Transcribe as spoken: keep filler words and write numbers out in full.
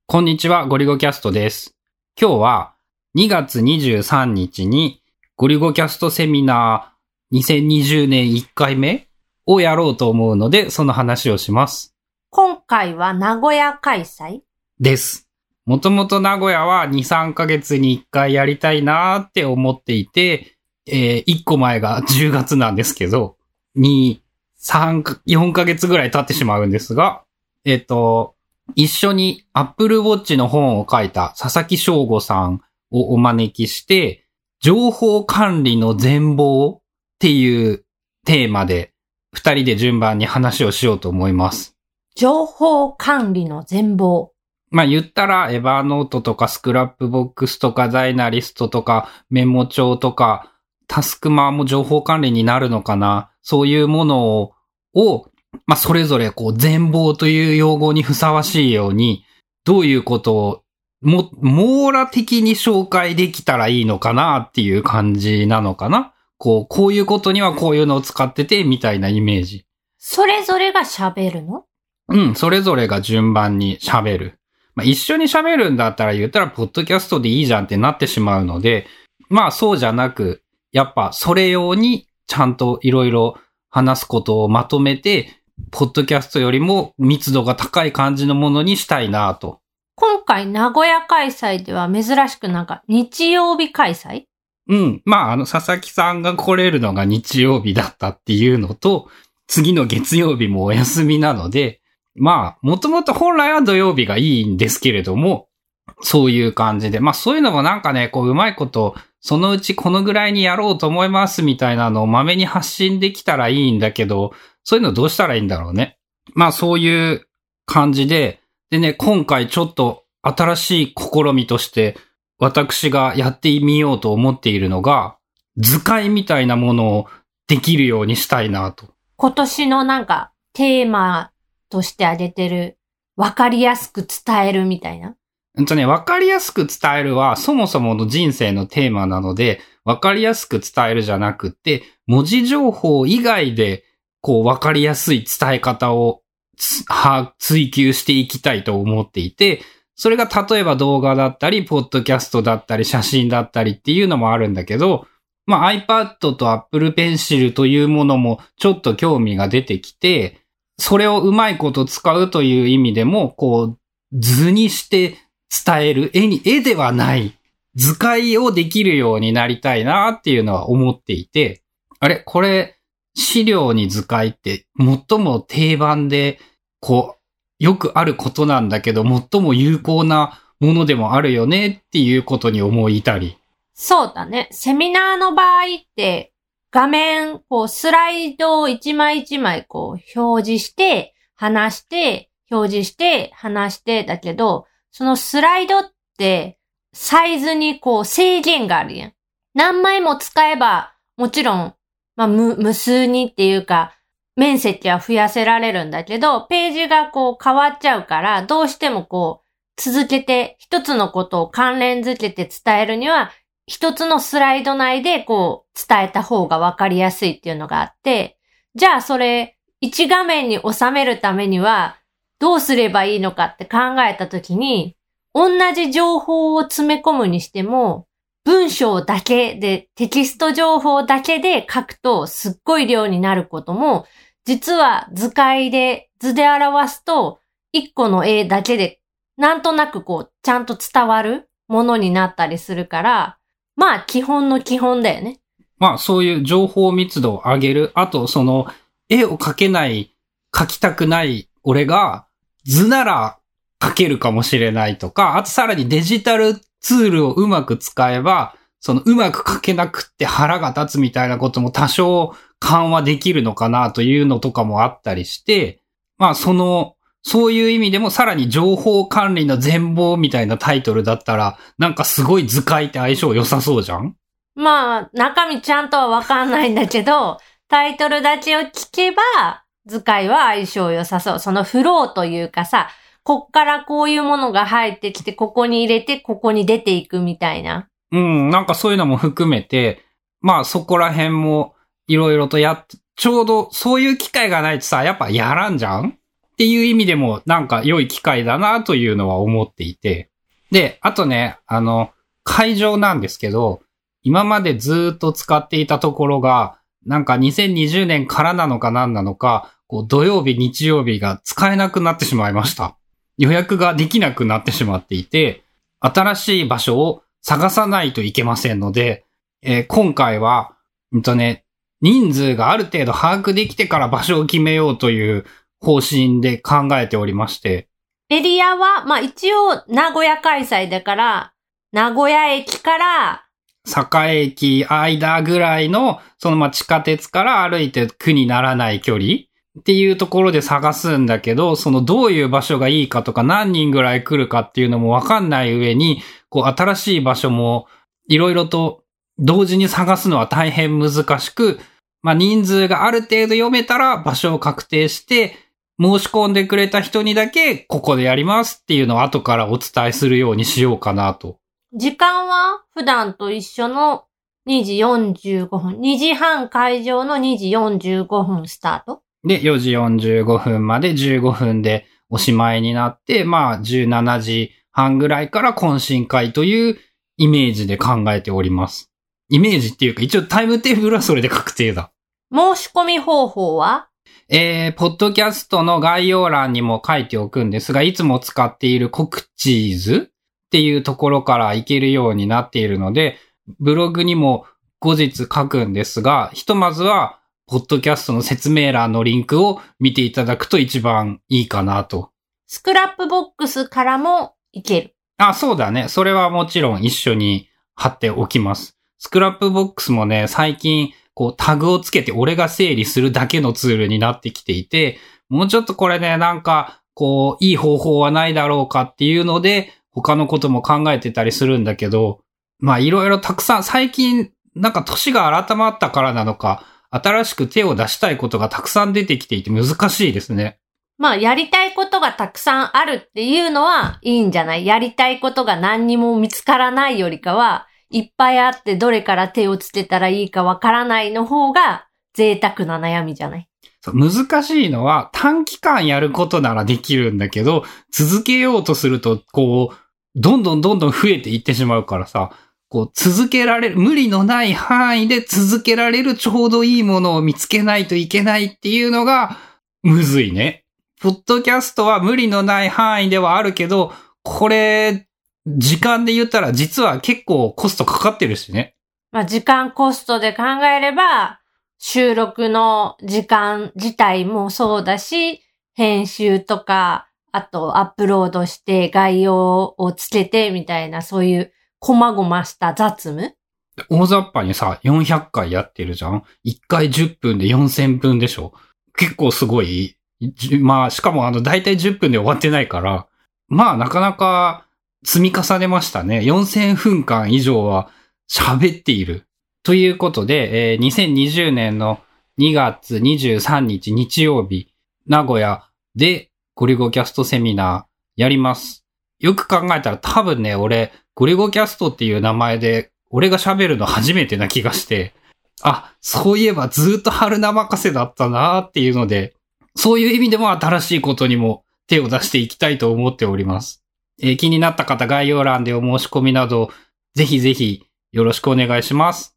こんにちは、ゴリゴキャストです。今日はにがつにじゅうさんにちにゴリゴキャストセミナーにせんにじゅうねんいっかいめをやろうと思うので、その話をします。 今回は名古屋開催です。もともと名古屋はに、さんかげつにいっかいやりたいなーって思っていて、えー、いっこまえがじゅうがつなんですけど、に、さん、よんかげつぐらい経ってしまうんですが、えっと、一緒に Apple Watch の本を書いた佐々木翔吾さんをお招きして、情報管理の全貌っていうテーマで二人で順番に話をしようと思います。 情報管理の全貌。 まあ言ったらエバーノートとかスクラップボックスとかダイナリストとかメモ帳とかタスクマーも情報管理になるのかな。そういうものを、をまあ、それぞれこう全貌という用語にふさわしいように、どういうことをも、網羅的に紹介できたらいいのかなっていう感じなのかな。こう、こういうことにはこういうのを使っててみたいなイメージ。 それぞれが喋るの？ うん、それぞれが順番に喋る。まあ、一緒に喋るんだったら言ったらポッドキャストでいいじゃんってなってしまうので、まあそうじゃなく、やっぱそれ用にちゃんといろいろ話すことをまとめて、ポッドキャストよりも密度が高い感じのものにしたいなと。 今回名古屋開催では珍しくなんか日曜日開催？ うん。まあ、あの、佐々木さんが来れるのが日曜日だったっていうのと、次の月曜日もお休みなので、まあ、もともと本来は土曜日がいいんですけれども、そういう感じで、まあそういうのもなんかね、こううまいこと、そのうちこのぐらいにやろうと思いますみたいなのをまめに発信できたらいいんだけど、そういうのどうしたらいいんだろうね。まあそういう感じで、でね、今回ちょっと新しい試みとして私がやってみようと思っているのが、図解みたいなものをできるようにしたいなと。 今年のなんかテーマとして挙げてる、わかりやすく伝えるみたいな。 うんとね、わかりやすく伝えるはそもそもの人生のテーマなので、わかりやすく伝えるじゃなくって、文字情報以外でこうわかりやすい伝え方を追求していきたいと思っていて、それが例えば動画だったり、ポッドキャストだったり、写真だったりっていうのもあるんだけど、まあ iPad と Apple Pencil というものもちょっと興味が出てきて、それをうまいこと使うという意味でも、こう図にして伝える、絵に、絵ではない図解をできるようになりたいなっていうのは思っていて、あれこれ資料に図解って最も定番で、こう、よくあることなんだけど、最も有効なものでもあるよねっていうことに思いたり。 そうだね。セミナーの場合って、画面、こう、スライドを一枚一枚こう、表示して、話して、表示して、話して、だけど、そのスライドって、サイズにこう、制限があるやん。何枚も使えば、もちろん、まあ、無、無数にっていうか、面積は増やせられるんだけど、ページがこう変わっちゃうから、どうしてもこう、続けて、一つのことを関連づけて伝えるには、一つのスライド内でこう、伝えた方がわかりやすいっていうのがあって、じゃあそれ、一画面に収めるためには、どうすればいいのかって考えたときに、同じ情報を詰め込むにしても、文章だけで、テキスト情報だけで書くとすっごい量になることも、実は図解で、図で表すと、一個の絵だけで、なんとなくこう、ちゃんと伝わるものになったりするから、まあ基本の基本だよね。 まあそういう情報密度を上げる。あとその、絵を描けない、描きたくない俺が、図なら描けるかもしれないとか、あとさらにデジタルツールをうまく使えば、そのうまく描けなくって腹が立つみたいなことも多少緩和できるのかなというのとかもあったりして、まあその、そういう意味でもさらに情報管理の全貌みたいなタイトルだったら、なんかすごい図解って相性良さそうじゃん？ まあ中身ちゃんとはわかんないんだけど、タイトルだけを聞けば、図解は相性良さそう。そのフローというかさ、こっからこういうものが入ってきて、ここに入れて、ここに出ていくみたいな。 うん、なんかそういうのも含めて、まあそこら辺もいろいろとやっ、ちょうどそういう機会がないとさ、やっぱやらんじゃん？ っていう意味でもなんか良い機会だなというのは思っていて。で、あとね、あの、会場なんですけど、今までずっと使っていたところが、なんかにせんにじゅうねんからなのか何なのか、こう土曜日、日曜日が使えなくなってしまいました。予約ができなくなってしまっていて、新しい場所を探さないといけませんので、えー、今回は、うんとね、人数がある程度把握できてから場所を決めようという方針で考えておりまして。 エリアは、まあ一応名古屋開催だから、名古屋駅から栄駅間ぐらいの、そのまあ地下鉄から歩いて苦にならない距離っていうところで探すんだけど、そのどういう場所がいいかとか何人ぐらい来るかっていうのもわかんない上に、こう新しい場所もいろいろと同時に探すのは大変難しく、まあ人数がある程度読めたら場所を確定して、申し込んでくれた人にだけここでやりますっていうのを後からお伝えするようにしようかなと。 時間は普段と一緒のにじよんじゅうごふん。にじはん会場のにじよんじゅうごふんスタート。 で、よじよんじゅうごふんまでじゅうごふんでおしまいになって、まあじゅうしちじはんぐらいから懇親会というイメージで考えております。イメージっていうか一応タイムテーブルはそれで確定だ。 申し込み方法はえー、ポッドキャストの概要欄にも書いておくんですが、いつも使っているコクチーズっていうところから行けるようになっているので、ブログにも後日書くんですが、ひとまずは、ポッドキャストの説明欄のリンクを見ていただくと一番いいかなと。 スクラップボックスからも行ける。 あ、そうだね。それはもちろん一緒に貼っておきます。スクラップボックスもね、最近、こうタグをつけて俺が整理するだけのツールになってきていて、もうちょっとこれね、なんか、こう、いい方法はないだろうかっていうので、他のことも考えてたりするんだけど、まあいろいろたくさん、最近、なんか年が改まったからなのか、新しく手を出したいことがたくさん出てきていて難しいですね。 まあやりたいことがたくさんあるっていうのはいいんじゃない？やりたいことが何にも見つからないよりかは、いっぱいあってどれから手をつけたらいいかわからないの方が贅沢な悩みじゃない？ そう、難しいのは短期間やることならできるんだけど、続けようとすると、こう、どんどんどんどん増えていってしまうからさ、こう続けられる、無理のない範囲で続けられるちょうどいいものを見つけないといけないっていうのがむずいね。ポッドキャストは無理のない範囲ではあるけど、これ、時間で言ったら実は結構コストかかってるしね。 まあ時間コストで考えれば、収録の時間自体もそうだし、編集とか、あとアップロードして概要をつけてみたいなそういう細々した雑務？ 大雑把にさ、よんひゃっかいやってるじゃん？ いっ 回じゅっぷんでよんせんぷんでしょ？結構すごい。まあ、しかもあの、だいたいじゅっぷんで終わってないから、まあ、なかなか積み重ねましたね。よんせんふんかん以上は喋っている。ということで、えー、にせんにじゅうねんのにがつにじゅうさんにち日曜日、名古屋でゴリゴキャストセミナーやります。よく考えたら多分ね、俺、ゴリゴキャストっていう名前で、俺が喋るの初めてな気がして、あ、そういえばずっと春名任せだったなーっていうので、そういう意味でも新しいことにも手を出していきたいと思っております。えー、気になった方概要欄でお申し込みなど、ぜひぜひよろしくお願いします。